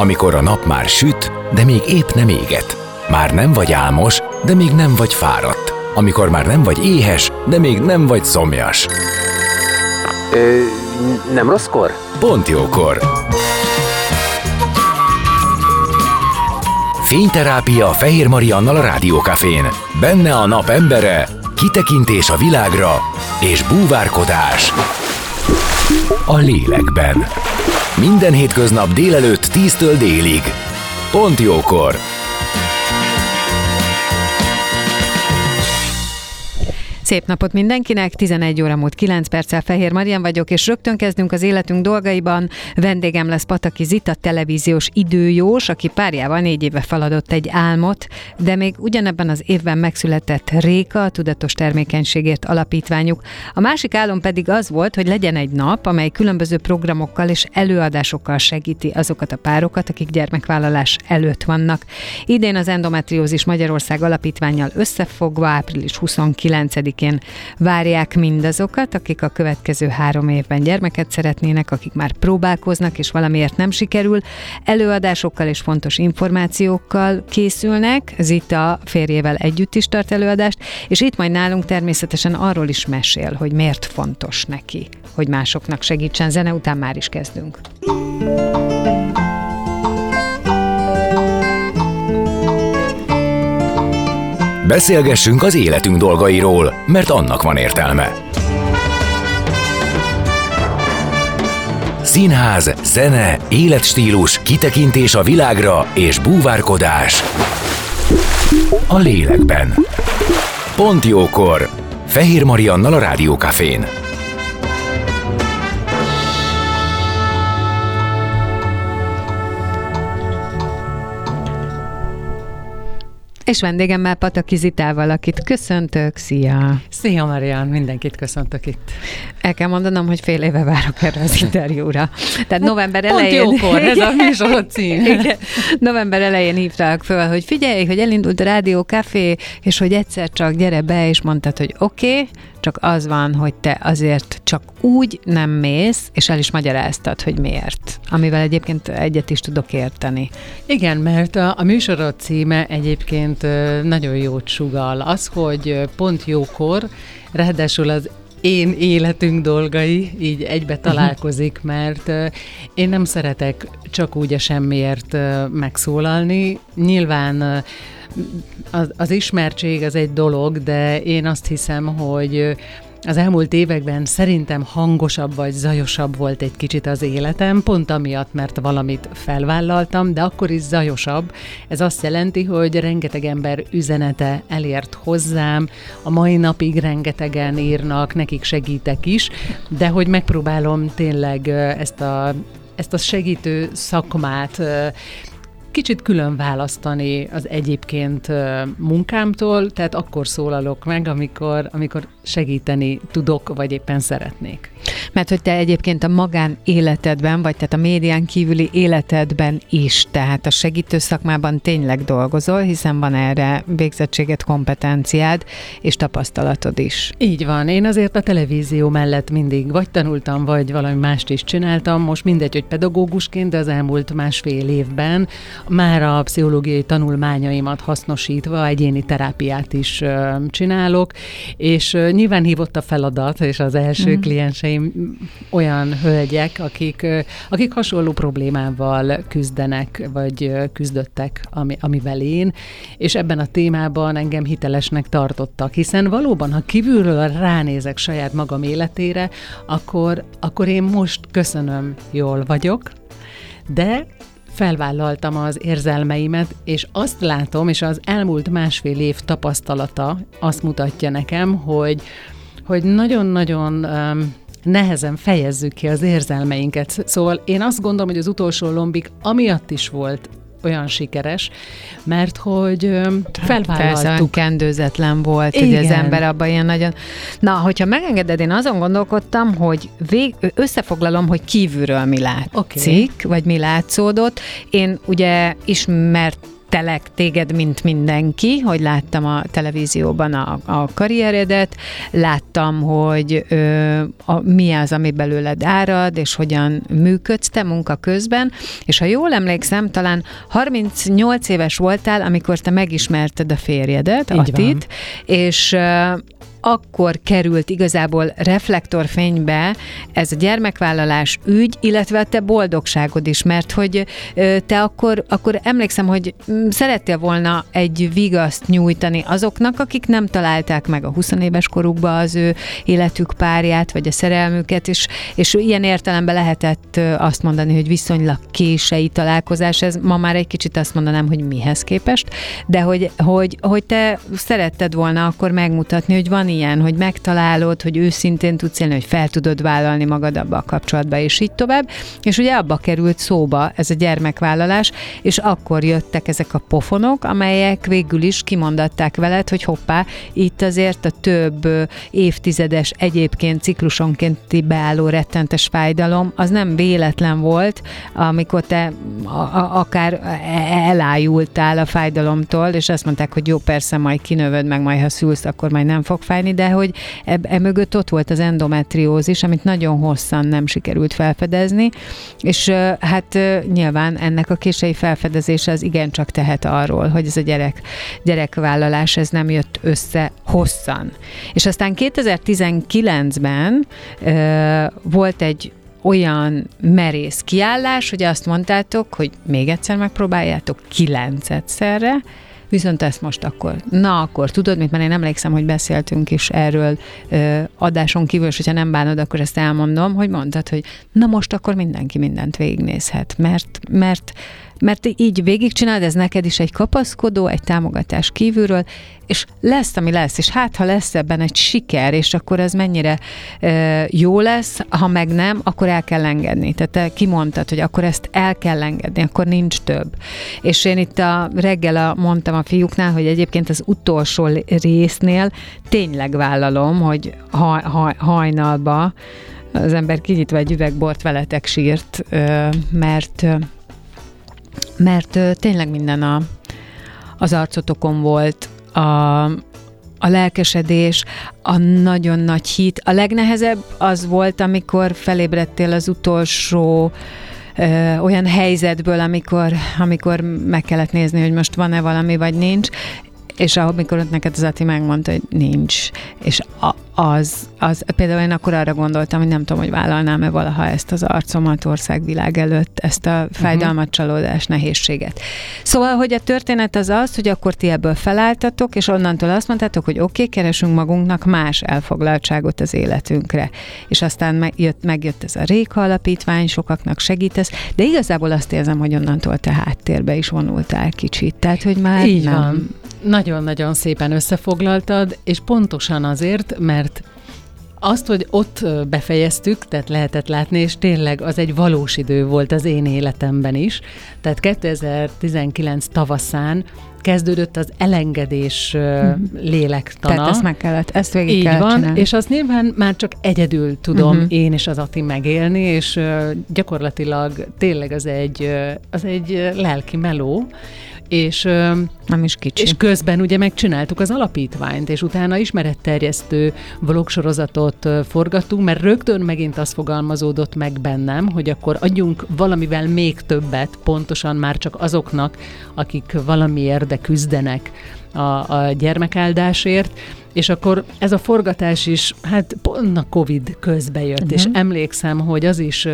amikor a nap már süt, de még épp nem éget. Már nem vagy álmos, de még nem vagy fáradt. Amikor már nem vagy éhes, de még nem vagy szomjas. Nem rosszkor? Pont jókor. Fényterápia Fehér Mariannal a Rádiókafén. Benne a nap embere, kitekintés a világra és búvárkodás a lélekben. Minden hétköznap délelőtt 10-től délig. Pont jókor. Szép napot mindenkinek, 11 óra múlt 9 perccel Fehér Marian vagyok, és rögtön kezdünk az életünk dolgaiban. Vendégem lesz Pataki Zita, televíziós időjós, aki párjával 4 éve feladott egy álmot, de még ugyanebben az évben megszületett Réka, a Tudatos Termékenységért Alapítványuk. A másik álom pedig az volt, hogy legyen egy nap, amely különböző programokkal és előadásokkal segíti azokat a párokat, akik gyermekvállalás előtt vannak. Idén az Endometriózis Magyarország Alapítvánnyal összefogva április 29-én várják mindazokat, akik a következő 3 évben gyermeket szeretnének, akik már próbálkoznak, és valamiért nem sikerül. Előadásokkal és fontos információkkal készülnek. Zita férjével együtt is tart előadást, és itt majd nálunk természetesen arról is mesél, hogy miért fontos neki, hogy másoknak segítsen. Zene után már is kezdünk. Beszélgessünk az életünk dolgairól, mert annak van értelme. Színház, zene, életstílus, kitekintés a világra és búvárkodás a lélekben. Pont jókor. Fehér Mariannal a Rádiókafén. És vendégemmel Pataki Zitával, akit köszöntök. Szia! Szia, Marian! Mindenkit köszöntök itt. El kell mondanom, hogy fél éve várok erre az interjúra. Tehát november elején... Pont jókor, ez a műsor cím. Igen. November elején hívták föl, hogy figyelj, hogy elindult a Rádiókafé, és hogy egyszer csak gyere be, és mondtad, hogy oké, csak az van, hogy te azért csak úgy nem mész, és el is magyaráztad, hogy miért. Amivel egyébként egyet is tudok érteni. Igen, mert a műsorod címe egyébként nagyon jót sugall. Az, hogy pont jókor, ráadásul az én életünk dolgai így egybe találkozik, mert én nem szeretek csak úgy a semmiért megszólalni. Nyilván az ismertség az egy dolog, de én azt hiszem, hogy az elmúlt években szerintem hangosabb vagy zajosabb volt egy kicsit az életem, pont amiatt, mert valamit felvállaltam, de akkor is zajosabb. Ez azt jelenti, hogy rengeteg ember üzenete elért hozzám, a mai napig rengetegen írnak, nekik segítek is, de hogy megpróbálom tényleg ezt a segítő szakmát kicsit külön választani az egyébként munkámtól, tehát akkor szólalok meg, amikor segíteni tudok, vagy éppen szeretnék. Mert hogy te egyébként a magánéletedben, vagy tehát a médián kívüli életedben is, tehát a segítő szakmában tényleg dolgozol, hiszen van erre végzettséget, kompetenciád és tapasztalatod is. Így van. Én azért a televízió mellett mindig vagy tanultam, vagy valami mást is csináltam. Most mindegy, hogy pedagógusként, de az elmúlt 1,5 évben már a pszichológiai tanulmányaimat hasznosítva egyéni terápiát is csinálok, és nyilván hívott a feladat, és az első klienseim olyan hölgyek, akik hasonló problémával küzdenek, vagy küzdöttek, amivel én, és ebben a témában engem hitelesnek tartottak, hiszen valóban, ha kívülről ránézek saját magam életére, akkor én most köszönöm, jól vagyok, de felvállaltam az érzelmeimet, és azt látom, és az elmúlt 1,5 év tapasztalata azt mutatja nekem, hogy nagyon-nagyon nehezen fejezzük ki az érzelmeinket. Szóval én azt gondolom, hogy az utolsó lombik amiatt is volt olyan sikeres, mert hogy felvállaltuk. Persze, kendőzetlen volt, hogy az ember abban ilyen nagyon... Na, hogyha megengeded, én azon gondolkodtam, hogy összefoglalom, hogy kívülről mi látszik, vagy mi látszódott. Én ugye követtelek téged, mint mindenki, hogy láttam a televízióban a karrieredet, láttam, hogy mi az, ami belőled árad, és hogyan működsz te munka közben, és ha jól emlékszem, talán 38 éves voltál, amikor te megismerted a férjedet, Attit, és akkor került igazából reflektorfénybe ez a gyermekvállalás ügy, illetve a te boldogságod is, mert hogy te akkor emlékszem, hogy szerettél volna egy vigaszt nyújtani azoknak, akik nem találták meg a 20 éves korukba az ő életük párját, vagy a szerelmüket, és ilyen értelemben lehetett azt mondani, hogy viszonylag késői találkozás, ez ma már egy kicsit azt mondanám, hogy mihez képest, de hogy te szeretted volna akkor megmutatni, hogy van ilyen, hogy megtalálod, hogy őszintén tudsz élni, hogy fel tudod vállalni magad abba a kapcsolatba, és így tovább. És ugye abba került szóba ez a gyermekvállalás, és akkor jöttek ezek a pofonok, amelyek végül is kimondatták veled, hogy hoppá, itt azért a több évtizedes egyébként ciklusonkénti beálló rettentes fájdalom, az nem véletlen volt, amikor te akár elájultál a fájdalomtól, és azt mondták, hogy jó, persze, majd kinövöd meg, majd ha szülsz, akkor majd nem fog fájni, de hogy mögött ott volt az endometriózis, amit nagyon hosszan nem sikerült felfedezni, és hát nyilván ennek a késői felfedezése az igencsak tehet arról, hogy ez a gyerekvállalás, ez nem jött össze hosszan. És aztán 2019-ben volt egy olyan merész kiállás, hogy azt mondtátok, hogy még egyszer megpróbáljátok 9-szerre, viszont ezt most akkor tudod, mert én emlékszem, hogy beszéltünk is erről adáson kívül, és hogyha nem bánod, akkor ezt elmondom, hogy mondtad, hogy na most akkor mindenki mindent végignézhet, mert így végigcsinálod, ez neked is egy kapaszkodó, egy támogatás kívülről, és lesz, ami lesz, és hát, ha lesz ebben egy siker, és akkor ez mennyire jó lesz, ha meg nem, akkor el kell engedni. Tehát te kimondtad, hogy akkor ezt el kell engedni, akkor nincs több. És én itt reggel mondtam a fiúknál, hogy egyébként az utolsó résznél tényleg vállalom, hogy hajnalba az ember kinyitva egy üvegbort veletek sírt, mert tényleg minden az arcotokon volt, a lelkesedés, a nagyon nagy hit. A legnehezebb az volt, amikor felébredtél az utolsó olyan helyzetből, amikor meg kellett nézni, hogy most van-e valami, vagy nincs, és amikor ott neked az Ati megmondta, hogy nincs, és az például én akkor arra gondoltam, hogy nem tudom, hogy vállalnám-e valaha ezt az arcomat országvilág előtt, ezt a fájdalmat, csalódást, nehézséget. Szóval, hogy a történet az, hogy akkor ti ebből felálltatok, és onnantól azt mondtátok, hogy oké, keresünk magunknak más elfoglaltságot az életünkre. És aztán megjött ez a Réka Alapítvány, sokaknak segítesz, de igazából azt érzem, hogy onnantól te háttérbe is vonultál kicsit. Tehát, hogy már így nem. Van. Nagyon-nagyon szépen összefoglaltad, és pontosan azért, mert azt, hogy ott befejeztük, tehát lehetett látni, és tényleg az egy valós idő volt az én életemben is. Tehát 2019 tavaszán kezdődött az elengedés lélektana. Tehát ezt meg kellett, ezt végig így kellett van, csinálni. És azt nyilván már csak egyedül tudom én és az Ati megélni, és gyakorlatilag tényleg az egy lelki meló, és nem is kicsi. És közben ugye megcsináltuk az alapítványt, és utána ismeretterjesztő vlogsorozatot forgattunk, mert rögtön megint az fogalmazódott meg bennem, hogy akkor adjunk valamivel még többet, pontosan már csak azoknak, akik valamiért de küzdenek a gyermekáldásért, és akkor ez a forgatás is, hát pont a Covid közbe jött, és emlékszem, hogy az is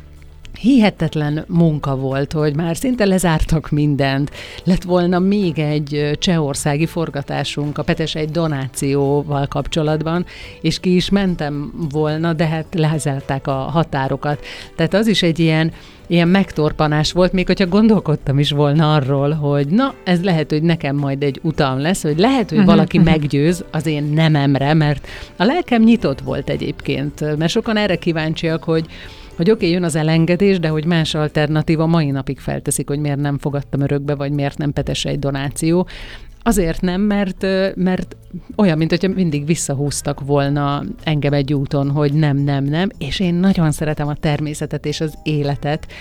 hihetetlen munka volt, hogy már szinte lezártak mindent. Lett volna még egy csehországi forgatásunk a Petesei donációval kapcsolatban, és ki is mentem volna, de hát lezárták a határokat. Tehát az is egy ilyen megtorpanás volt, még hogyha gondolkodtam is volna arról, hogy na, ez lehet, hogy nekem majd egy utam lesz, hogy lehet, hogy valaki meggyőz az én nememre, mert a lelkem nyitott volt egyébként, mert sokan erre kíváncsiak, hogy oké, jön az elengedés, de hogy más alternatíva mai napig felteszik, hogy miért nem fogadtam örökbe, vagy miért nem Petesei donáció. Azért nem, mert olyan, mint hogyha mindig visszahúztak volna engem egy úton, hogy nem, és én nagyon szeretem a természetet és az életet,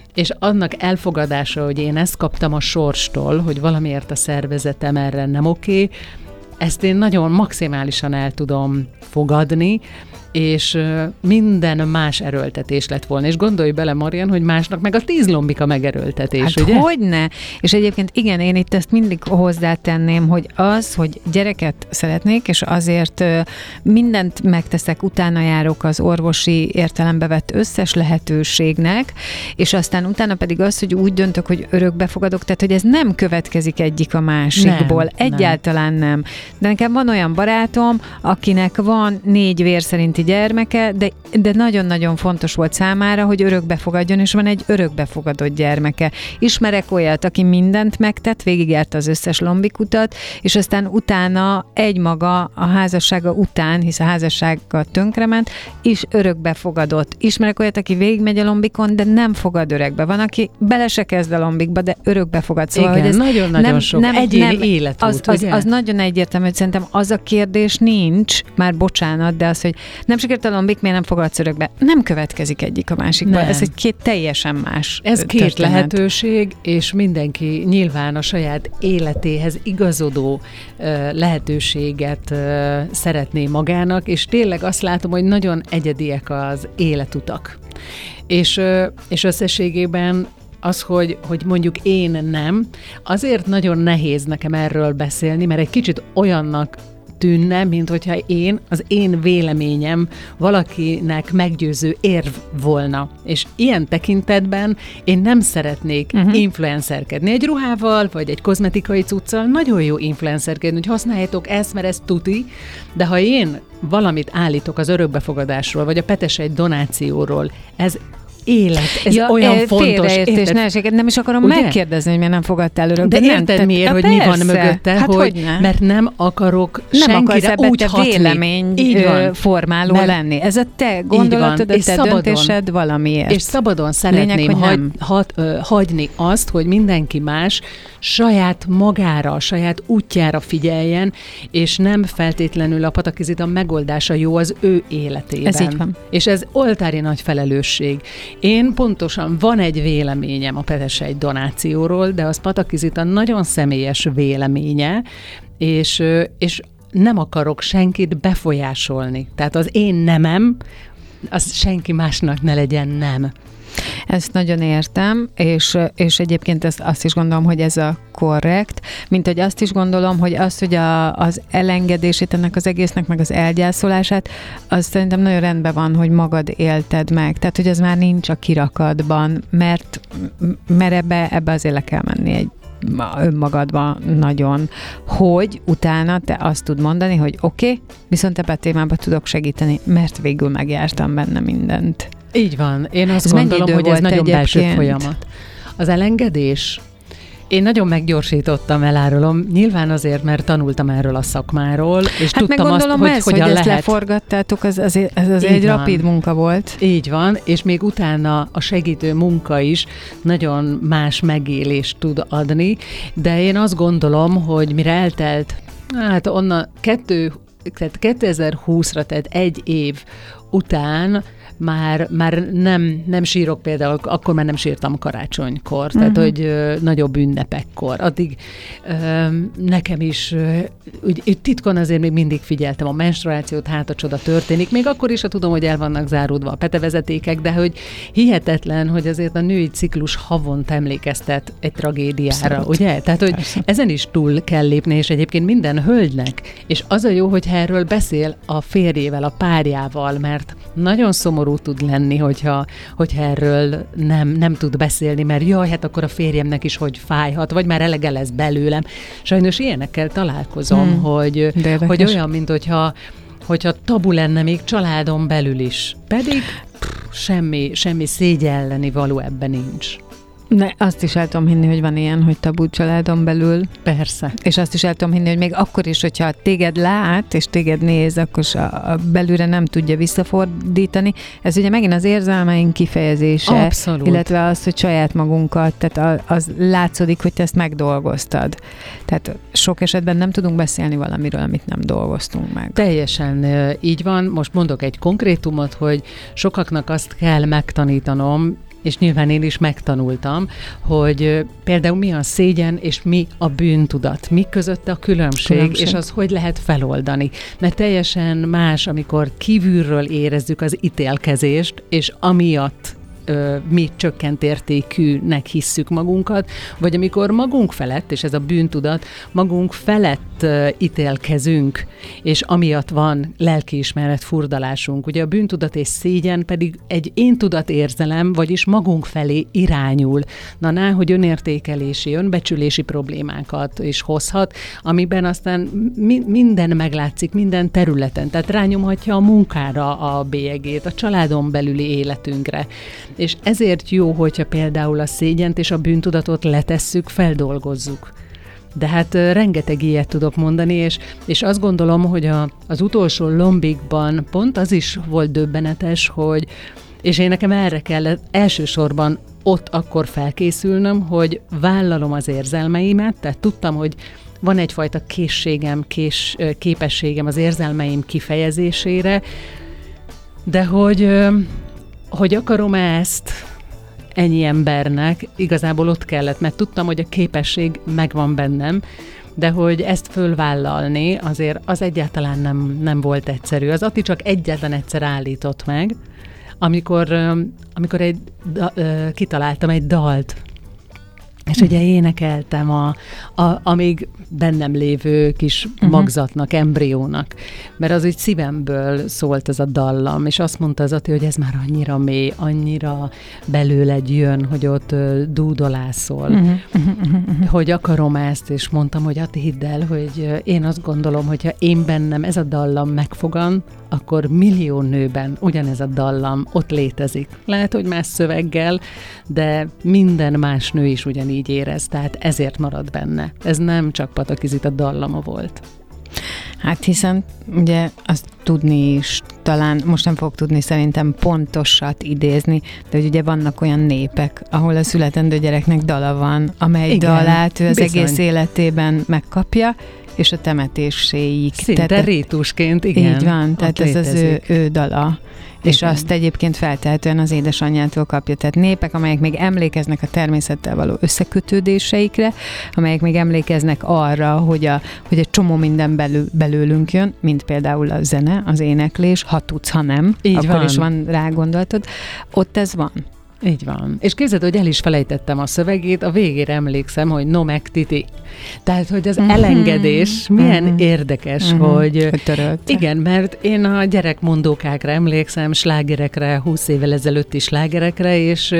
És annak elfogadása, hogy én ezt kaptam a sorstól, hogy valamiért a szervezetem erre nem oké, ezt én nagyon maximálisan el tudom fogadni, és minden más erőltetés lett volna. És gondolj bele, Marian, hogy másnak meg a 10 lombika megerőltetés, hát ugye? Hogyne? És egyébként igen, én itt ezt mindig hozzátenném, hogy az, hogy gyereket szeretnék, és azért mindent megteszek, utána járok az orvosi értelembe vett összes lehetőségnek, és aztán utána pedig az, hogy úgy döntök, hogy örökbe fogadok, tehát hogy ez nem következik egyik a másikból. Egyáltalán nem. De nekem van olyan barátom, akinek van 4 vér szerinti gyermeke, de nagyon-nagyon fontos volt számára, hogy örökbe fogadjon, és van egy örökbefogadott gyermeke. Ismerek olyat, aki mindent megtett, végigjárta az összes lombikutat, és aztán utána egymaga a házassága után, hisz a házassága tönkrement, is örökbefogadott. Ismerek olyat, aki végigmegy a lombikon, de nem fogad örökbe. Van, aki bele se kezd a lombikba, de örökbefogad. Szóval, igen, hogy ez nagyon-nagyon sok egyéni életút, az nagyon egyértelmű, hogy szerintem az a kérdés nincs, már bocsánat, de az, hogy nem sikerült a lombik, miért nem fogadsz örökbe? Nem következik egyik a másikba. Nem. Ez egy két teljesen más Ez két történet. lehetőség, és mindenki nyilván a saját életéhez igazodó lehetőséget szeretné magának, és tényleg azt látom, hogy nagyon egyediek az életutak. És összességében az, hogy mondjuk én nem, azért nagyon nehéz nekem erről beszélni, mert egy kicsit olyannak tűnne, mint hogyha az én véleményem valakinek meggyőző érv volna. És ilyen tekintetben én nem szeretnék influencerkedni. Egy ruhával, vagy egy kozmetikai cuccal nagyon jó influencerkedni, hogy használjátok ezt, mert ez tuti, de ha én valamit állítok az örökbefogadásról, vagy a Petesegy donációról, ez élet, ez olyan fontos. Nem is akarom ugye? Megkérdezni, hogy miért nem fogadtál örökbe. De érted miért, hogy mi van mögötte, hát hogy mert nem akarok senkire úgy hatni. Vélemény formáló lenni. Ez a te gondolatod, a te döntésed valamiért. És szabadon szeretném hagyni azt, hogy mindenki más saját magára, saját útjára figyeljen, és nem feltétlenül a Pataki Zita megoldása jó az ő életében. Ez így van. És ez oltári nagy felelősség. Én pontosan van egy véleményem a Petesegy donációról, de az Pataki Zita nagyon személyes véleménye, és nem akarok senkit befolyásolni. Tehát az én nemem, az senki másnak ne legyen nem. Ezt nagyon értem, és egyébként azt is gondolom, hogy ez a korrekt, mint hogy azt is gondolom, hogy az elengedését ennek az egésznek, meg az elgyászolását, az szerintem nagyon rendben van, hogy magad élted meg. Tehát, hogy az már nincs a kirakatban, mert ebbe azért le kell menni önmagadban nagyon, hogy utána te azt tud mondani, hogy oké, viszont ebben a témában tudok segíteni, mert végül megjártam benne mindent. Így van. Én azt gondolom, hogy ez nagyon belső folyamat. Az elengedés? Én nagyon meggyorsítottam, elárulom. Nyilván azért, mert tanultam erről a szakmáról, és tudtam azt, hogy hogyan lehet. Ezt leforgattátok, ez egy rapid munka volt. Így van, és még utána a segítő munka is nagyon más megélést tud adni, de én azt gondolom, hogy mire eltelt, onnan 2020-ra, tehát 1 év után már nem sírok például, akkor már nem sírtam karácsonykor, tehát hogy nagyobb ünnepekkor. Addig nekem is úgy titkon azért még mindig figyeltem a menstruációt, hát a csoda történik, még akkor is, ha tudom, hogy el vannak záródva a petevezetékek, de hogy hihetetlen, hogy azért a női ciklus havont emlékeztet egy tragédiára, abszolút. Ugye? Tehát, hogy ezen is túl kell lépni, és egyébként minden hölgynek. És az a jó, hogy erről beszél a férjével, a párjával, mert nagyon szomorú tud lenni, hogyha erről nem tud beszélni, mert jaj, hát akkor a férjemnek is hogy fájhat, vagy már elege lesz belőlem. Sajnos ilyenekkel találkozom, hogy olyan, mint hogyha tabu lenne még családon belül is. Pedig semmi szégyelleni való ebben nincs. De azt is el tudom hinni, hogy van ilyen, hogy tabu családon belül. Persze. És azt is el tudom hinni, hogy még akkor is, hogyha téged lát, és téged néz, akkor a belülre nem tudja visszafordítani. Ez ugye megint az érzelmeink kifejezése. Abszolút. Illetve az, hogy saját magunkat, tehát az látszódik, hogy te ezt megdolgoztad. Tehát sok esetben nem tudunk beszélni valamiről, amit nem dolgoztunk meg. Teljesen így van. Most mondok egy konkrétumot, hogy sokaknak azt kell megtanítanom, és nyilván én is megtanultam, hogy például mi a szégyen, és mi a bűntudat. Mi között a különbség, és az hogy lehet feloldani. Mert teljesen más, amikor kívülről érezzük az ítélkezést, és amiatt mi csökkent értékűnek hisszük magunkat, vagy amikor magunk felett, és ez a bűntudat, magunk felett ítélkezünk, és amiatt van lelkiismeret furdalásunk. Ugye a bűntudat és szégyen pedig egy én-tudat érzelem, vagyis magunk felé irányul. Na, hogy önértékelési, önbecsülési problémákat is hozhat, amiben aztán minden meglátszik, minden területen. Tehát rányomhatja a munkára a bélyegét, a családon belüli életünkre. És ezért jó, hogyha például a szégyent és a bűntudatot letesszük, feldolgozzuk. De hát rengeteg ilyet tudok mondani, és azt gondolom, hogy az utolsó lombikban pont az is volt döbbenetes, hogy, és én nekem erre kellett elsősorban ott akkor felkészülnöm, hogy vállalom az érzelmeimet, tehát tudtam, hogy van egyfajta készségem, képességem az érzelmeim kifejezésére, de hogy akarom ezt ennyi embernek, igazából ott kellett, mert tudtam, hogy a képesség megvan bennem, de hogy ezt fölvállalni, azért az egyáltalán nem volt egyszerű. Az Ati csak egyetlen egyszer állított meg, amikor kitaláltam egy dalt, és ugye énekeltem amíg bennem lévő kis magzatnak, embriónak, mert az úgy szívemből szólt ez a dallam, és azt mondta az Ati, hogy ez már annyira mély, annyira belőled jön, hogy ott dúdolászol, hogy akarom ezt, és mondtam, hogy Ati, hidd el, hogy én azt gondolom, hogyha én bennem ez a dallam megfogan, akkor millió nőben ugyanez a dallam ott létezik. Lehet, hogy más szöveggel, de minden más nő is ugyanígy érez, tehát ezért marad benne. Ez nem csak Pataki Zita dallama volt. Hát hiszen ugye azt tudni is, talán most nem fogok tudni szerintem pontosat idézni, de hogy ugye vannak olyan népek, ahol a születendő gyereknek dala van, amely dalát ő az egész életében megkapja, és a temetéséig. Szinte rítusként, igen. Így van, tehát ez az ő dala. És igen. Azt egyébként feltehetően az édesanyjától kapja. Tehát népek, amelyek még emlékeznek a természettel való összekötődéseikre, amelyek még emlékeznek arra, hogy egy csomó minden belőlünk jön, mint például a zene, az éneklés, ha tudsz, ha nem, így akkor van. Is van rá gondolatod. Ott ez van. Így van. És képzeld, hogy el is felejtettem a szövegét, a végére emlékszem, hogy no meg titi. Tehát, hogy az elengedés milyen érdekes, hogy törölte. Igen, mert én a gyerekmondókákra emlékszem, slágerekre, 20 évvel ezelőtti slágerekre, és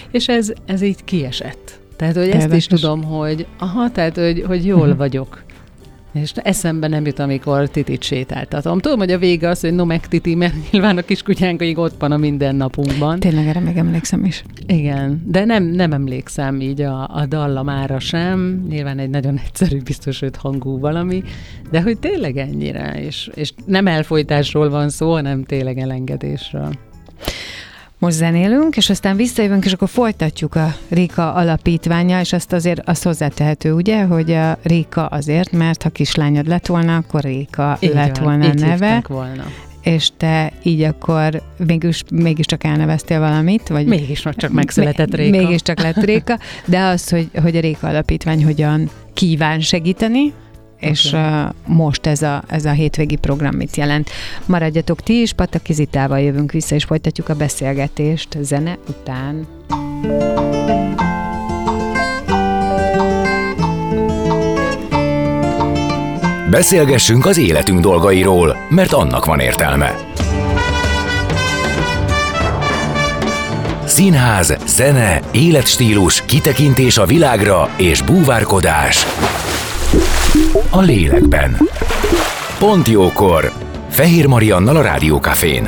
ez így kiesett. Tehát, hogy ezt is tudom, hogy hogy jól vagyok. És eszembe nem jut, amikor Titit sétáltatom. Tudom, hogy a vége az, hogy no meg Titi, mert nyilván a kiskutyánkaig ott van a mindennapunkban. Tényleg erre meg emlékszem is. Igen, de nem emlékszem így a dallamára sem. Nyilván egy nagyon egyszerű, biztos 5 hangú valami, de hogy tényleg ennyire, és nem elfojtásról van szó, hanem tényleg elengedésről. Most zenélünk, és aztán visszajövünk, és akkor folytatjuk a Réka alapítványa, és azt hozzátehető, ugye, hogy a Réka azért, mert ha kislányod lett volna, akkor Réka így lett van, volna a neve. Volna. És te így akkor mégiscsak elneveztél valamit? Vagy mégiscsak csak megszületett Réka. Mégiscsak lett Réka, de az, hogy a Réka alapítvány hogyan kíván segíteni, és most ez a hétvégi program mit jelent. Maradjatok ti is, Pataki Zitával jövünk vissza, és folytatjuk a beszélgetést zene után. Beszélgessünk az életünk dolgairól, mert annak van értelme. Színház, zene, életstílus, kitekintés a világra és búvárkodás a lélekben. Pont jókor! Fehér Mariannal a Rádió Cafén.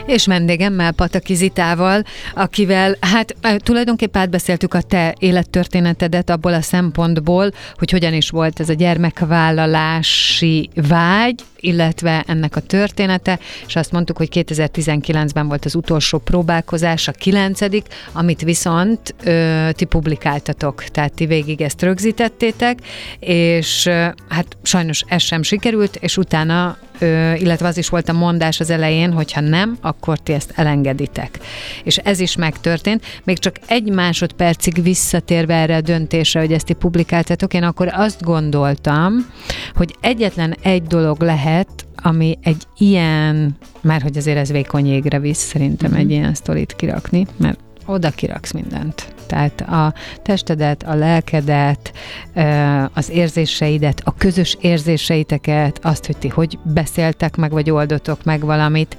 És vendégemmel, Pataki Zitával, akivel hát tulajdonképpen átbeszéltük a te élettörténetedet abból a szempontból, hogy hogyan is volt ez a gyermekvállalási vágy, illetve ennek a története, és azt mondtuk, hogy 2019-ben volt az utolsó próbálkozás, a 9., amit viszont ti publikáltatok, tehát ti végig ezt rögzítettétek, és hát sajnos ez sem sikerült, és utána illetve az is volt a mondás az elején, hogy ha nem, akkor ti ezt elengeditek. És ez is megtörtént. Még csak egy másodpercig visszatérve erre a döntésre, hogy ezt ti publikáltatok, én akkor azt gondoltam, hogy egyetlen egy dolog lehet, ami egy ilyen, már hogy azért ez vékony jégre visz, szerintem egy ilyen sztorit kirakni, mert oda kiraksz mindent. Tehát a testedet, a lelkedet, az érzéseidet, a közös érzéseiteket, azt, hogy ti hogy beszéltek meg, vagy oldotok meg valamit.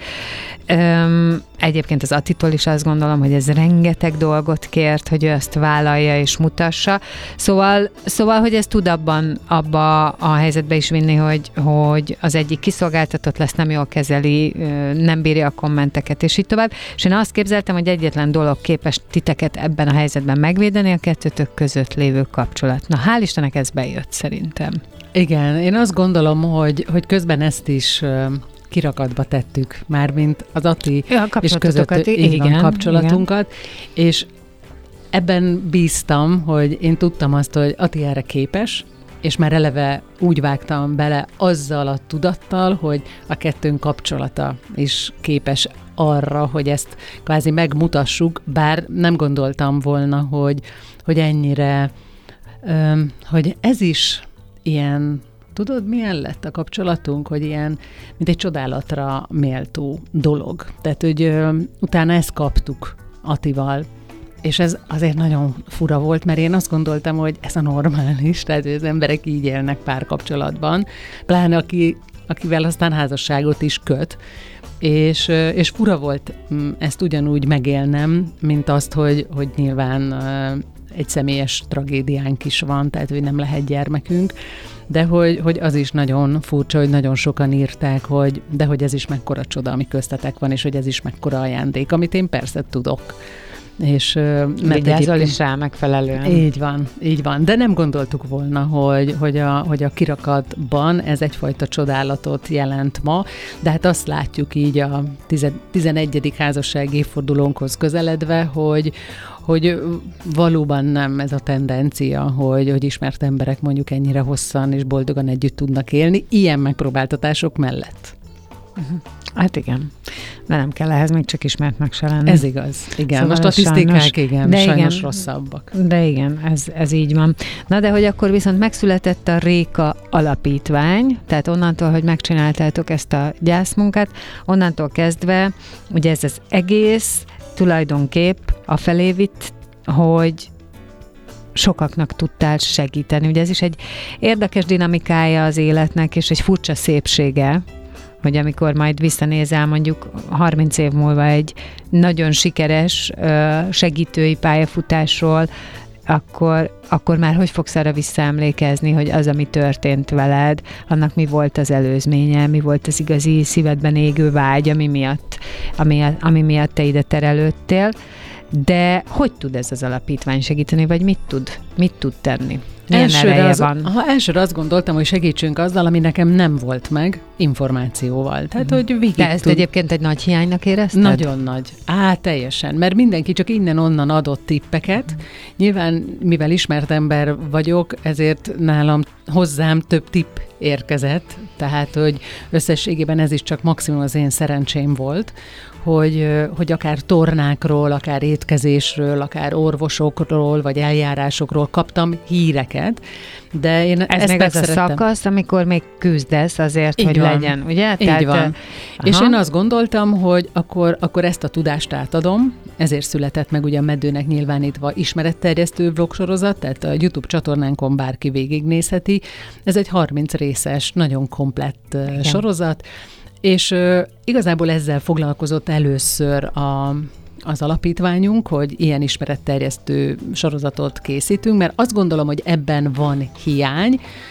Egyébként az Attitól is azt gondolom, hogy ez rengeteg dolgot kért, hogy ő ezt vállalja és mutassa. Szóval hogy ez tud abba a helyzetbe is vinni, hogy az egyik kiszolgáltatott lesz, nem jól kezeli, nem bírja a kommenteket, és így tovább. És én azt képzeltem, hogy egyetlen dolog képes titeket ebben a helyzetben megvédeni, a kettőtök között lévő kapcsolat. Na, hál' Istennek ez bejött szerintem. Igen, én azt gondolom, hogy közben ezt is kirakatba tettük, mármint az Atti és között kapcsolatunkat, igen. És ebben bíztam, hogy én tudtam azt, hogy Atti erre képes, és már eleve úgy vágtam bele azzal a tudattal, hogy a kettőnk kapcsolata is képes arra, hogy ezt kvázi megmutassuk, bár nem gondoltam volna, hogy ennyire, hogy ez is ilyen. Tudod, milyen lett a kapcsolatunk, hogy ilyen, mint egy csodálatra méltó dolog. Tehát, hogy utána ezt kaptuk Attival, és ez azért nagyon fura volt, mert én azt gondoltam, hogy ez a normális, tehát hogy az emberek így élnek párkapcsolatban, pláne akivel aztán házasságot is köt, és fura volt ezt ugyanúgy megélnem, mint azt, hogy nyilván egy személyes tragédiánk is van, tehát hogy nem lehet gyermekünk, de hogy az is nagyon furcsa, hogy nagyon sokan írták, hogy ez is mekkora csoda, ami köztetek van, és hogy ez is mekkora ajándék, amit én persze tudok. És vigyázol is rá megfelelően. Így van. De nem gondoltuk volna, hogy a kirakatban ez egyfajta csodálatot jelent ma, de hát azt látjuk így a 11. házasság évfordulónkhoz közeledve, hogy valóban nem ez a tendencia, hogy ismert emberek mondjuk ennyire hosszan és boldogan együtt tudnak élni, ilyen megpróbáltatások mellett. Hát igen, de nem kell ehhez még csak ismertnek se lenni. Ez igaz, igen. Szóval a statisztikák sajnos rosszabbak. De igen, ez így van. Na de hogy akkor viszont megszületett a Réka Alapítvány, tehát onnantól, hogy megcsináltátok ezt a gyászmunkát, onnantól kezdve, ugye ez az egész tulajdonképp afelé vitt, hogy sokaknak tudtál segíteni. Ugye ez is egy érdekes dinamikája az életnek, és egy furcsa szépsége, hogy amikor majd visszanézel mondjuk 30 év múlva egy nagyon sikeres segítői pályafutásról, akkor már hogy fogsz arra visszaemlékezni, hogy az, ami történt veled, annak mi volt az előzménye, mi volt az igazi szívedben égő vágy, ami miatt te ide terelődtél. De hogy tud ez az alapítvány segíteni, vagy mit tud tenni? Milyen ereje van? Elsőre azt gondoltam, hogy segítsünk azzal, ami nekem nem volt meg, információval. Tehát, hogy végig te ezt egyébként egy nagy hiánynak érezted? Nagyon nagy. Teljesen. Mert mindenki csak innen-onnan adott tippeket. Nyilván, mivel ismert ember vagyok, ezért hozzám több tipp érkezett. Tehát, hogy összességében ez is csak maximum az én szerencsém volt, hogy akár tornákról, akár étkezésről, akár orvosokról, vagy eljárásokról kaptam híreket, de én ez még az a szakasz, amikor még küzdesz azért, így hogy van. Legyen, ugye? Így van. És én azt gondoltam, hogy akkor ezt a tudást átadom, ezért született meg ugye a Meddőnek nyilvánítva ismeretterjesztő vlogsorozat, tehát a YouTube csatornánkon bárki végignézheti. Ez egy 30 részes, nagyon komplett sorozat, és igazából ezzel foglalkozott először az alapítványunk, hogy ilyen ismeretterjesztő sorozatot készítünk, mert azt gondolom, hogy ebben van hiány.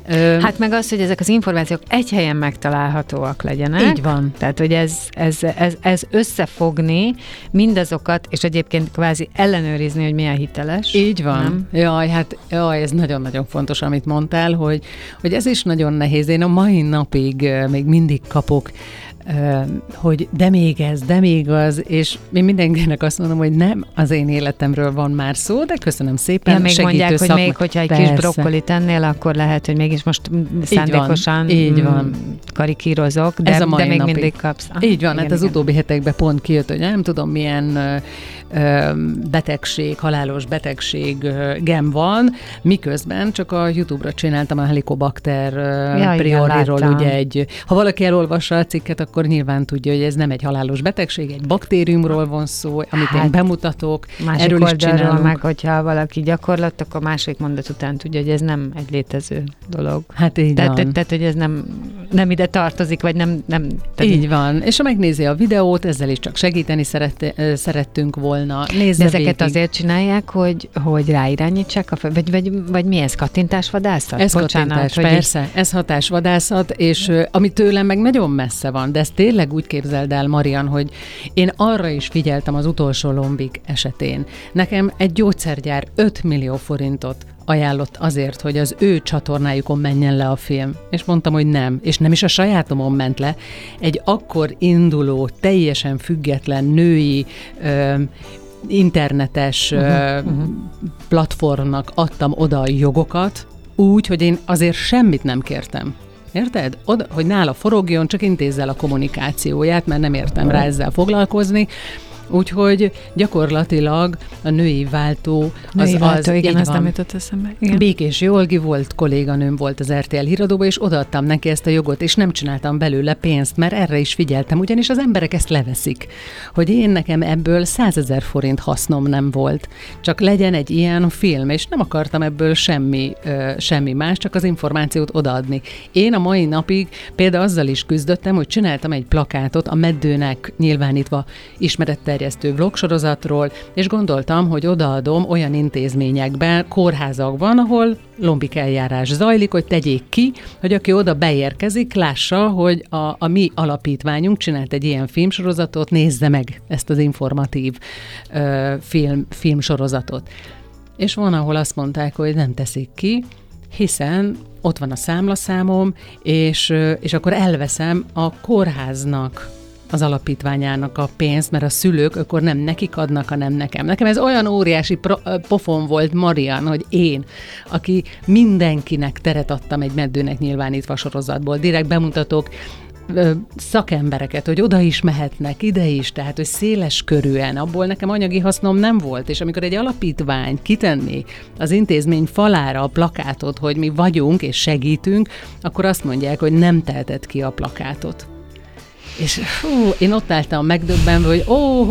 Hát meg az, hogy ezek az információk egy helyen megtalálhatóak legyenek. Így van. Tehát, hogy ez összefogni mindazokat, és egyébként kvázi ellenőrizni, hogy milyen hiteles. Így van. Nem? Jaj, ez nagyon-nagyon fontos, amit mondtál, hogy ez is nagyon nehéz. Én a mai napig még mindig kapok, hogy de még az, és én mindenkinek azt mondom, hogy nem az én életemről van már szó, de köszönöm szépen. Ja, még mondják, hogy még hogyha egy kis brokkolit ennél, akkor lehet, hogy mégis most szándékosan így van. karikírozok, de még napig mindig kapsz. Így van, hát az utóbbi hetekben pont kijött, hogy nem tudom milyen betegség, halálos betegségem van, miközben csak a YouTube-ra csináltam a Helicobacter prioriról, ugye ha valaki elolvassa a cikket, akkor nyilván tudja, hogy ez nem egy halálos betegség, egy baktériumról van szó, amit én bemutatok. Másik oldalról meg, hogyha valaki gyakorlat, akkor másik mondat után tudja, hogy ez nem egy létező dolog. Hát így van. Tehát, hogy ez nem ide tartozik, vagy nem így van. És ha megnézi a videót, ezzel is csak segíteni szerettünk volna. Nézze de ezeket végig. azért csinálják, hogy ráirányítsák, vagy mi ez, kattintásvadászat? Ez kattintás, persze, ez hatásvadászat, és ami tőlem meg nagyon messze van, de ezt tényleg úgy képzeld el, Marian, hogy én arra is figyeltem az utolsó lombik esetén. Nekem egy gyógyszergyár 5 millió forintot ajánlott azért, hogy az ő csatornájukon menjen le a film. És mondtam, hogy nem. És nem is a sajátomon ment le. Egy akkor induló, teljesen független női internetes platformnak adtam oda a jogokat, úgy, hogy én azért semmit nem kértem. Érted? Oda, hogy nála forogjon, csak intézze el a kommunikációját, mert nem értem rá ezzel foglalkozni. Úgyhogy gyakorlatilag a női váltó igen, az nem jutott eszembe. Igen. Békés Jolgi volt, kolléganőm volt az RTL híradóban, és odaadtam neki ezt a jogot, és nem csináltam belőle pénzt, mert erre is figyeltem, ugyanis az emberek ezt leveszik, hogy én nekem ebből 100 000 forint hasznom nem volt. Csak legyen egy ilyen film, és nem akartam ebből semmi más, csak az információt odaadni. Én a mai napig például azzal is küzdöttem, hogy csináltam egy plakátot a Meddőnek nyilvánítva ismeretterjesztő vlogsorozatról, és gondoltam, hogy odaadom olyan intézményekben, kórházakban, ahol lombik eljárás zajlik, hogy tegyék ki, hogy aki oda beérkezik, lássa, hogy a mi alapítványunk csinált egy ilyen filmsorozatot, nézze meg ezt az informatív filmsorozatot. És van, ahol azt mondták, hogy nem teszik ki, hiszen ott van a számlaszámom, és akkor elveszem a kórháznak az alapítványának a pénzt, mert a szülők akkor nem nekik adnak, hanem nekem. Nekem ez olyan óriási pofon volt, Marian, hogy én, aki mindenkinek teret adtam egy Meddőnek nyilvánítva sorozatból, direkt bemutatok szakembereket, hogy oda is mehetnek, ide is, tehát, hogy széles körűen, abból nekem anyagi hasznom nem volt, és amikor egy alapítvány kitenni az intézmény falára a plakátot, hogy mi vagyunk és segítünk, akkor azt mondják, hogy nem teheted ki a plakátot. És én ott álltam megdöbbenve, hogy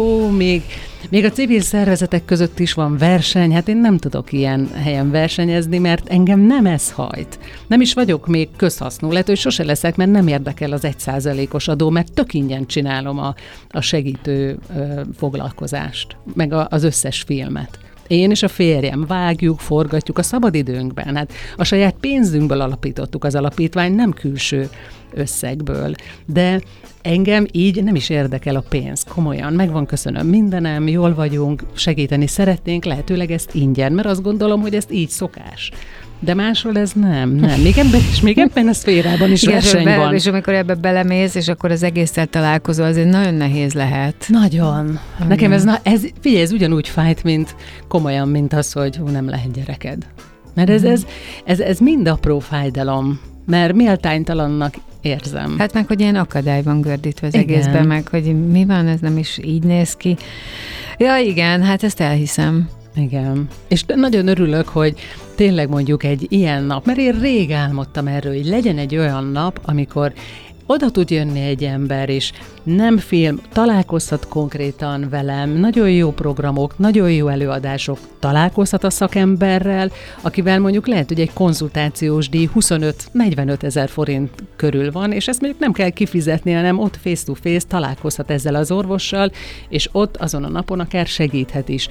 még a civil szervezetek között is van verseny, hát én nem tudok ilyen helyen versenyezni, mert engem nem ez hajt. Nem is vagyok még közhasznú, lehet, hogy sose leszek, mert nem érdekel az 1%-os adó, mert tök ingyen csinálom a segítő foglalkozást, meg az összes filmet. Én és a férjem vágjuk, forgatjuk a szabadidőnkben. Hát a saját pénzünkből alapítottuk az alapítványt, nem külső összegből. De engem így nem is érdekel a pénz, komolyan. Megvan, köszönöm mindenem, jól vagyunk, segíteni szeretnénk, lehetőleg ezt ingyen, mert azt gondolom, hogy ezt így szokás. De máshol ez nem. Még ebben a szférában is verseny van. És amikor ebbe belemész, és akkor az egésszel találkozol, azért nagyon nehéz lehet. Nagyon. Nekem figyelj, ez ugyanúgy fájt, komolyan, mint az, hogy nem lehet gyereked. Mert ez mind apró fájdalom, mert méltánytalannak érzem. Hát meg, hogy ilyen akadály van gördítve az egészben, meg hogy mi van, ez nem is így néz ki. Ja, igen, hát ezt elhiszem. Igen. És nagyon örülök, hogy tényleg mondjuk egy ilyen nap, mert én rég álmodtam erről, hogy legyen egy olyan nap, amikor oda tud jönni egy ember, és nem film, találkozhat konkrétan velem, nagyon jó programok, nagyon jó előadások, találkozhat a szakemberrel, akivel mondjuk lehet, hogy egy konzultációs díj 25-45 000 forint körül van, és ezt mondjuk nem kell kifizetni, hanem ott face-to-face találkozhat ezzel az orvossal, és ott azon a napon akár segíthet is.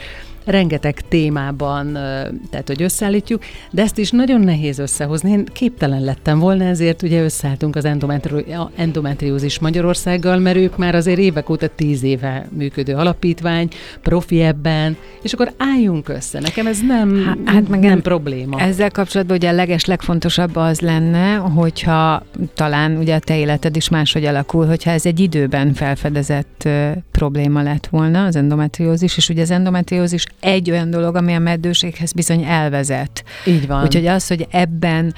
rengeteg témában, tehát hogy összeállítjuk, de ezt is nagyon nehéz összehozni. Én képtelen lettem volna, ezért ugye összeálltunk az endometriózis Magyarországgal, mert ők már azért évek óta 10 éve működő alapítvány, profi ebben, és akkor álljunk össze. Nekem ez nem probléma. Ezzel kapcsolatban ugye a legfontosabb az lenne, hogyha talán ugye a te életed is máshogy alakul, hogyha ez egy időben felfedezett probléma lett volna, az endometriózis, és ugye az endometriózis egy olyan dolog, ami a meddőséghez bizony elvezet. Így van. Úgyhogy az, hogy ebben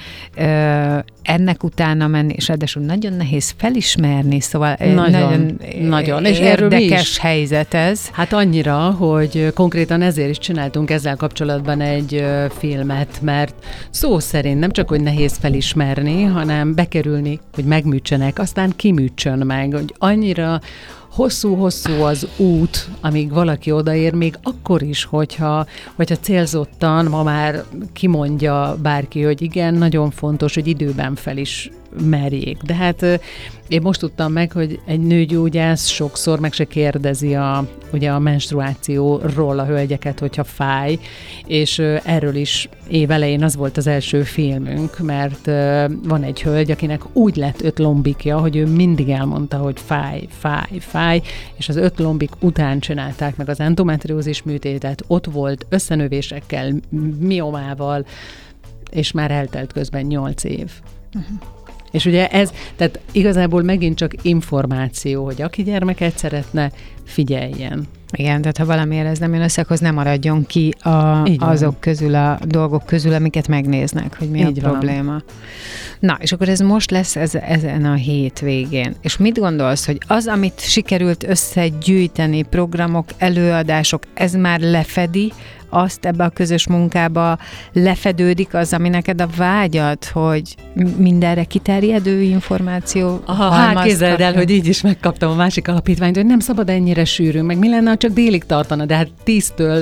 ennek utána menni, és ráadásul nagyon nehéz felismerni, szóval nagyon. És érdekes helyzet ez. Hát annyira, hogy konkrétan ezért is csináltunk ezzel kapcsolatban egy filmet, mert szó szerint nem csak, hogy nehéz felismerni, hanem bekerülni, hogy megműtsenek, aztán kiműtsön meg, hogy annyira hosszú-hosszú az út, amíg valaki odaér, még akkor is, hogyha célzottan ma már kimondja bárki, hogy igen, nagyon fontos, hogy időben felismerjék. De hát én most tudtam meg, hogy egy nőgyógyász sokszor meg se kérdezi ugye a menstruációról a hölgyeket, hogyha fáj, és erről is évelején az volt az első filmünk, mert van egy hölgy, akinek úgy lett 5 lombikja, hogy ő mindig elmondta, hogy fáj, és az 5 lombik után csinálták meg az endometriózis műtétet, ott volt összenövésekkel, miomával, és már eltelt közben 8 év. Uh-huh. És ugye ez, tehát igazából megint csak információ, hogy aki gyermeket szeretne, figyeljen. Igen, tehát ha valamiért ez nem jön össze, akkor nem maradjon ki azok közül, a dolgok közül, amiket megnéznek, hogy mi így a probléma. Van. Na, és akkor ez most lesz ezen a hétvégén. És mit gondolsz, hogy az, amit sikerült összegyűjteni, programok, előadások, ez már lefedi azt ebbe a közös munkába, lefedődik az, ami neked a vágyad, hogy mindenre kiterjedő információ hát képzeld el, hogy így is megkaptam a másik alapítványt, hogy nem szabad ennyire sűrűn, meg mi lenne, ha csak délig tartana, de hát 10-től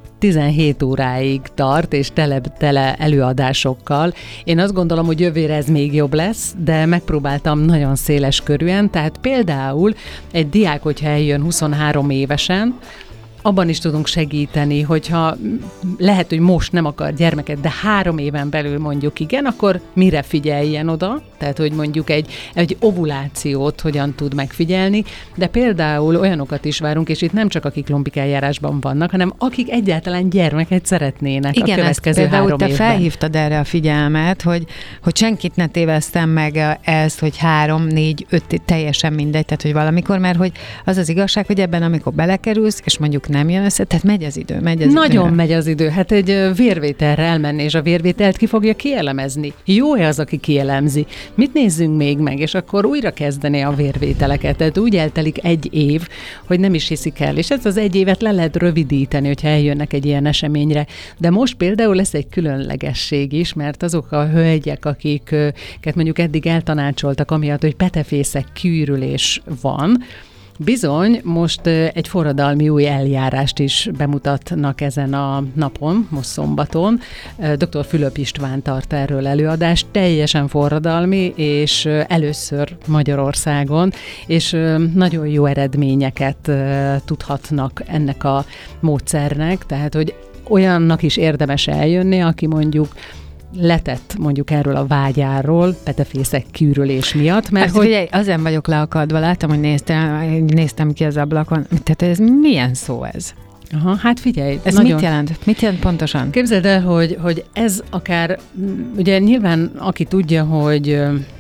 17 óráig tart, és tele előadásokkal. Én azt gondolom, hogy jövőre ez még jobb lesz, de megpróbáltam nagyon széles körűen, tehát például egy diák, hogyha eljön 23 évesen, abban is tudunk segíteni, hogyha lehet, hogy most nem akar gyermeket, de 3 éven belül mondjuk igen, akkor mire figyeljen oda? Tehát, hogy mondjuk egy ovulációt hogyan tud megfigyelni, de például olyanokat is várunk, és itt nem csak akik lombikáljárásban vannak, hanem akik egyáltalán gyermeket szeretnének a következő 3 évben. Te felhívtad erre a figyelmet, hogy senkit ne téveztem meg ezt, hogy 3, 4, 5, teljesen mindegy, tehát hogy valamikor, mert hogy az az igazság, hogy ebben, amikor belekerülsz, és mondjuk nem jön össze, tehát megy az idő. Nagyon megy az idő. Hát egy vérvételre elmenni, és a vérvételt ki fogja kielemezni. Jó-e az, aki kielemzi? Mit nézzünk még meg? És akkor újra kezdeni a vérvételeket. Tehát úgy eltelik 1 év, hogy nem is hiszik el. És ezt az 1 évet le lehet rövidíteni, hogyha eljönnek egy ilyen eseményre. De most például lesz egy különlegesség is, mert azok a hölgyek, akiket mondjuk eddig eltanácsoltak, amiatt, hogy petefészek kiürülés van, bizony, most egy forradalmi új eljárást is bemutatnak ezen a napon, most szombaton. Dr. Fülöp István tart erről előadást, teljesen forradalmi, és először Magyarországon, és nagyon jó eredményeket tudhatnak ennek a módszernek, tehát, hogy olyannak is érdemes eljönni, aki mondjuk letett mondjuk erről a vágyáról, petefészek kiürülés miatt, mert hogy... Figyelj, azért vagyok leakadva, láttam, hogy néztem ki az ablakon. Tehát ez milyen szó ez? Aha, hát figyelj. Ez nagyon... mit jelent? Mit jelent pontosan? Képzeld el, hogy ez akár, ugye nyilván aki tudja, hogy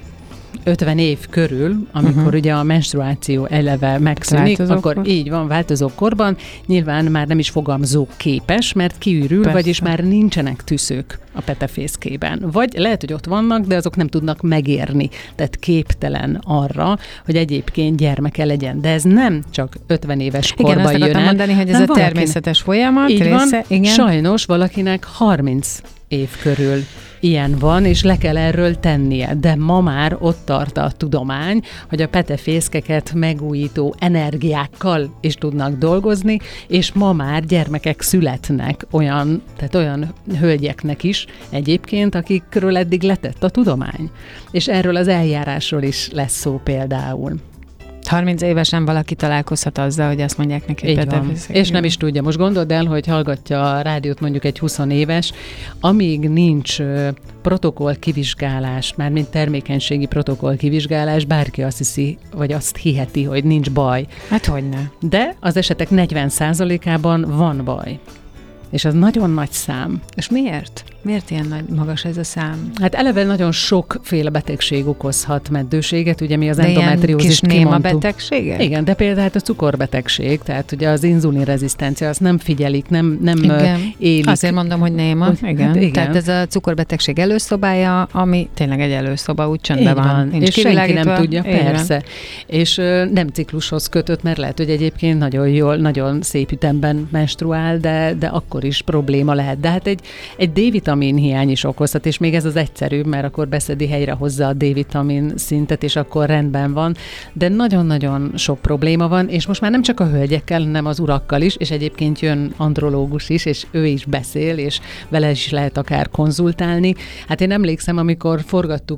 50 év körül, amikor ugye a menstruáció eleve megszűnik, akkor így van, változó korban, nyilván már nem is fogamzó képes, mert kiürül, vagyis már nincsenek tüszők a petefészkében. Vagy lehet, hogy ott vannak, de azok nem tudnak megérni, tehát képtelen arra, hogy egyébként gyermeke legyen. De ez nem csak 50 éves korban jön el. Igen, azt mondani, hogy ez a természetes folyamat így része. Van, igen. Sajnos valakinek 30 év körül ilyen van, és le kell erről tennie. De ma már ott tart a tudomány, hogy a petefészkeket megújító energiákkal is tudnak dolgozni, és ma már gyermekek születnek olyan hölgyeknek is egyébként, akikről eddig letett a tudomány. És erről az eljárásról is lesz szó például. 30 évesen valaki találkozhat azzal, hogy azt mondják neki, hogy betegség. És nem is tudja. Most gondold el, hogy hallgatja a rádiót mondjuk egy 20 éves, amíg nincs protokoll kivizsgálás, mármint termékenységi protokoll kivizsgálás, bárki azt hiszi, vagy azt hiheti, hogy nincs baj. Hát hogyne. De az esetek 40%-ában van baj. És az nagyon nagy szám. És miért? Miért ilyen magas ez a szám? Hát eleve nagyon sokféle betegség okozhat meddőséget, ugye mi az de endometriózist kimondtuk. Néma betegségek? Igen, de például a cukorbetegség, tehát ugye az inzulinrezisztencia, azt nem figyelik, nem élik. Azért mondom, hogy néma. Igen. Hát igen. Tehát ez a cukorbetegség előszobája, ami tényleg egy előszoba, úgy csöndben van. És senki nem tudja, persze. És nem ciklushoz kötött, mert lehet, hogy egyébként nagyon jól, nagyon szép ütemben menstruál, de akkor is probléma lehet. De hát egy D-vitamin hiány is okozhat, és még ez az egyszerűbb, mert akkor beszedi helyre hozzá a D-vitamin szintet, és akkor rendben van. De nagyon-nagyon sok probléma van, és most már nem csak a hölgyekkel, hanem az urakkal is, és egyébként jön andrológus is, és ő is beszél, és vele is lehet akár konzultálni. Hát én emlékszem, amikor forgattuk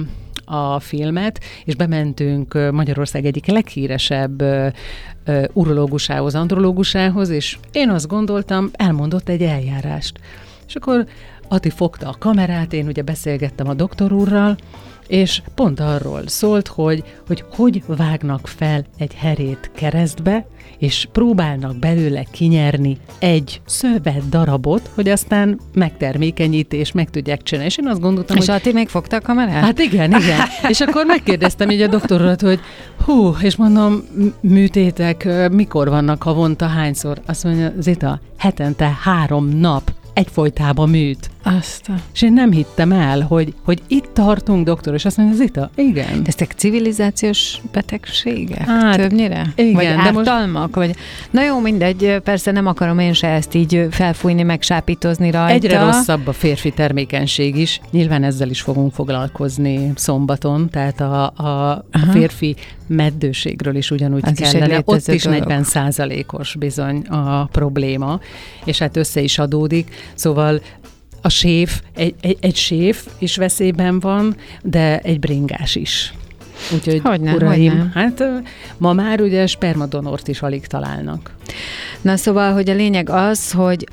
a filmet, és bementünk Magyarország egyik leghíresebb urológusához, andrológusához, és én azt gondoltam, elmondott egy eljárást. És akkor Ati fogta a kamerát, én ugye beszélgettem a doktor úrral, és pont arról szólt, hogy vágnak fel egy herét keresztbe, és próbálnak belőle kinyerni egy szövet darabot, hogy aztán megtermékenyíti, és meg tudják csinálni. És én azt gondoltam, és Ati még fogta a kamerát? Hát igen. És akkor megkérdeztem így a doktorat, hogy és mondom, műtétek mikor vannak havonta, hányszor? Azt mondja, Zita, hetente 3 nap egyfolytában műt. És én nem hittem el, hogy itt tartunk, doktor, és azt mondja, Zita, igen. De ezek civilizációs betegségek? Hát, többnyire? Igen, vagy ártalmak? Vagy... Na jó, mindegy, persze nem akarom én se ezt így felfújni, meg sápítozni rajta. Egyre rosszabb a férfi termékenység is. Nyilván ezzel is fogunk foglalkozni szombaton, tehát a férfi meddőségről is ugyanúgy az kellene. Is ott is dolog. 40%-os bizony a probléma, és hát össze is adódik. Szóval a séf, egy séf is veszélyben van, de egy bringás is. Úgyhogy, uraim, hát ma már ugye spermadonort is alig találnak. Na szóval, hogy a lényeg az, hogy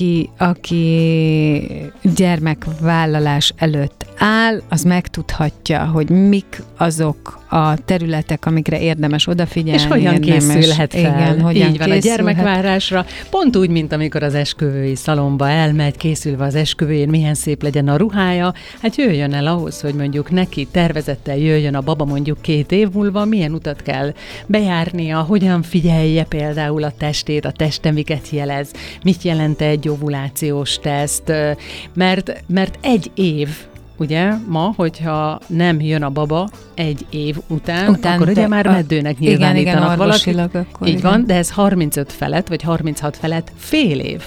aki gyermekvállalás előtt áll, az megtudhatja, hogy mik azok a területek, amikre érdemes odafigyelni. És hogyan készülhet fel. Igen, hogyan így van, a gyermekvárásra. Pont úgy, mint amikor az esküvői szalomba elmegy, készülve az esküvőjén, milyen szép legyen a ruhája. Hát jöjjön el ahhoz, hogy mondjuk neki tervezettel jöjjön a baba mondjuk 2 év múlva, milyen utat kell bejárnia, hogyan figyelje például a testét, a teste miket jelez, mit jelent egy ovulációs teszt, mert 1 év, ugye, ma, hogyha nem jön a baba 1 év után akkor ugye már meddőnek nyilvánítanak valakit. Így van, de ez 35 felett, vagy 36 felett fél év.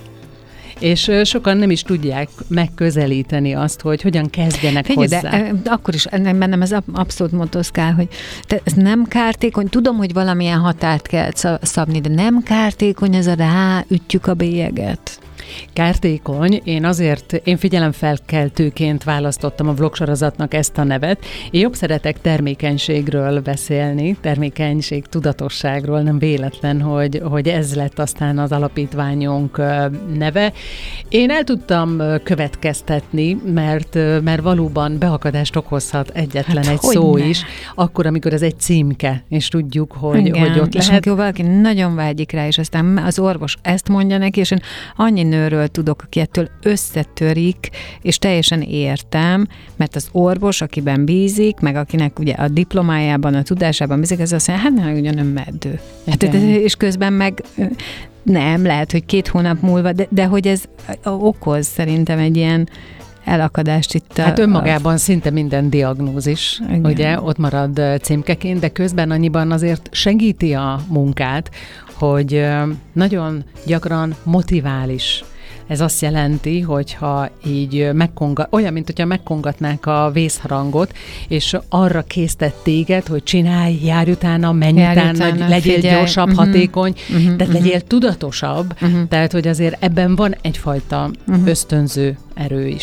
És sokan nem is tudják megközelíteni azt, hogy hogyan kezdjenek hozzá. De akkor is bennem ez abszolút motoszkál, hogy ez nem kártékony. Tudom, hogy valamilyen határt kell szabni, de nem kártékony ez a ráütjük a bélyeget. Kártékony, én figyelemfelkeltőként választottam a vlogsorozatnak ezt a nevet. Én jobb szeretek termékenységről beszélni, termékenység tudatosságról, nem véletlen, hogy ez lett aztán az alapítványunk neve. Én el tudtam következtetni, mert valóban beakadást okozhat egyetlen egy szó is, akkor, amikor ez egy címke, és tudjuk, hogy ott és lehet. És valaki nagyon vágyik rá, és aztán az orvos ezt mondja neki, és én annyi nőről tudok, aki ettől összetörik, és teljesen értem, mert az orvos, akiben bízik, meg akinek ugye a diplomájában, a tudásában bízik, az azt mondja, hát nem, ugyan meddő. Hát, és közben meg nem, lehet, hogy 2 hónap múlva, de hogy ez okoz szerintem egy ilyen elakadást itt. Hát önmagában szinte minden diagnózis, ugye, ott marad címkeként, de közben annyiban azért segíti a munkát, hogy nagyon gyakran motivál is. Ez azt jelenti, hogyha így olyan, mint hogyha megkongatnák a vészharangot, és arra késztet téged, hogy csinálj, járj utána, menj utána, legyél gyorsabb, hatékony, de legyél tudatosabb, tehát hogy azért ebben van egyfajta ösztönző erő is.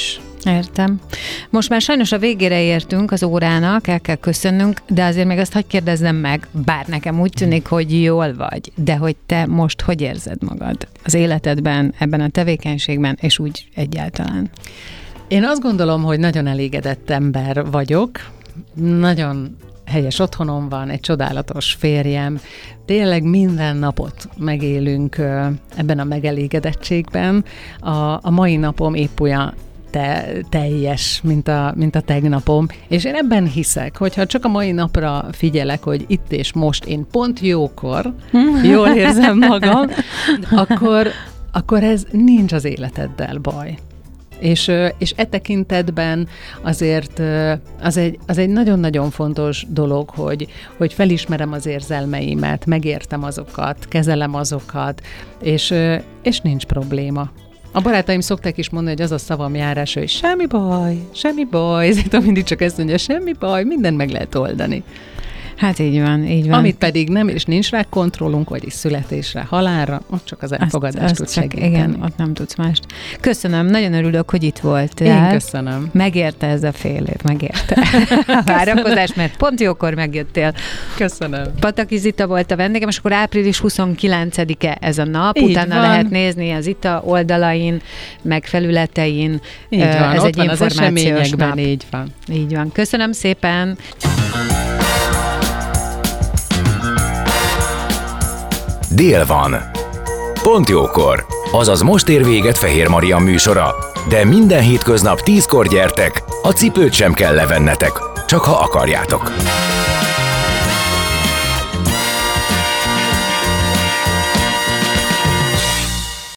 Értem. Most már sajnos a végére értünk az órának, el kell köszönnünk, de azért még azt hadd kérdezzem meg, bár nekem úgy tűnik, hogy jól vagy, de hogy te most hogy érzed magad az életedben, ebben a tevékenységben, és úgy egyáltalán? Én azt gondolom, hogy nagyon elégedett ember vagyok, nagyon helyes otthonom van, egy csodálatos férjem, tényleg minden napot megélünk ebben a megelégedettségben. A mai napom épp olyan teljes, mint a tegnapom, és én ebben hiszek, hogyha csak a mai napra figyelek, hogy itt és most én pont jókor jól érzem magam, akkor ez nincs az életeddel baj. És e tekintetben azért az egy nagyon-nagyon fontos dolog, hogy felismerem az érzelmeimet, megértem azokat, kezelem azokat, és nincs probléma. A barátaim szokták is mondani, hogy az a szavam járás, hogy semmi baj, ezért mindig csak ezt mondja, semmi baj, mindent meg lehet oldani. Hát így van. Amit pedig nem, és nincs rá kontrollunk, vagyis születésre, halálra, ott csak az elfogadást tud segíteni. Igen, ott nem tudsz mást. Köszönöm, nagyon örülök, hogy itt voltál. Én köszönöm. Megérte ez a fél év, megérte. A várakozás, mert pont jókor megjöttél. Köszönöm. Pataki Zita volt a vendégem, és akkor április 29-e ez a nap. Így utána van. lehet nézni az Zita oldalain, meg felületein. Így van, ez ott egy van az információs eseményekben, nap. így van. Így van. Köszönöm szépen. Dél van. Pont jókor. Azaz most ér véget Fehér Marian műsora. De minden hétköznap 10-kor gyertek, a cipőt sem kell levennetek, csak ha akarjátok.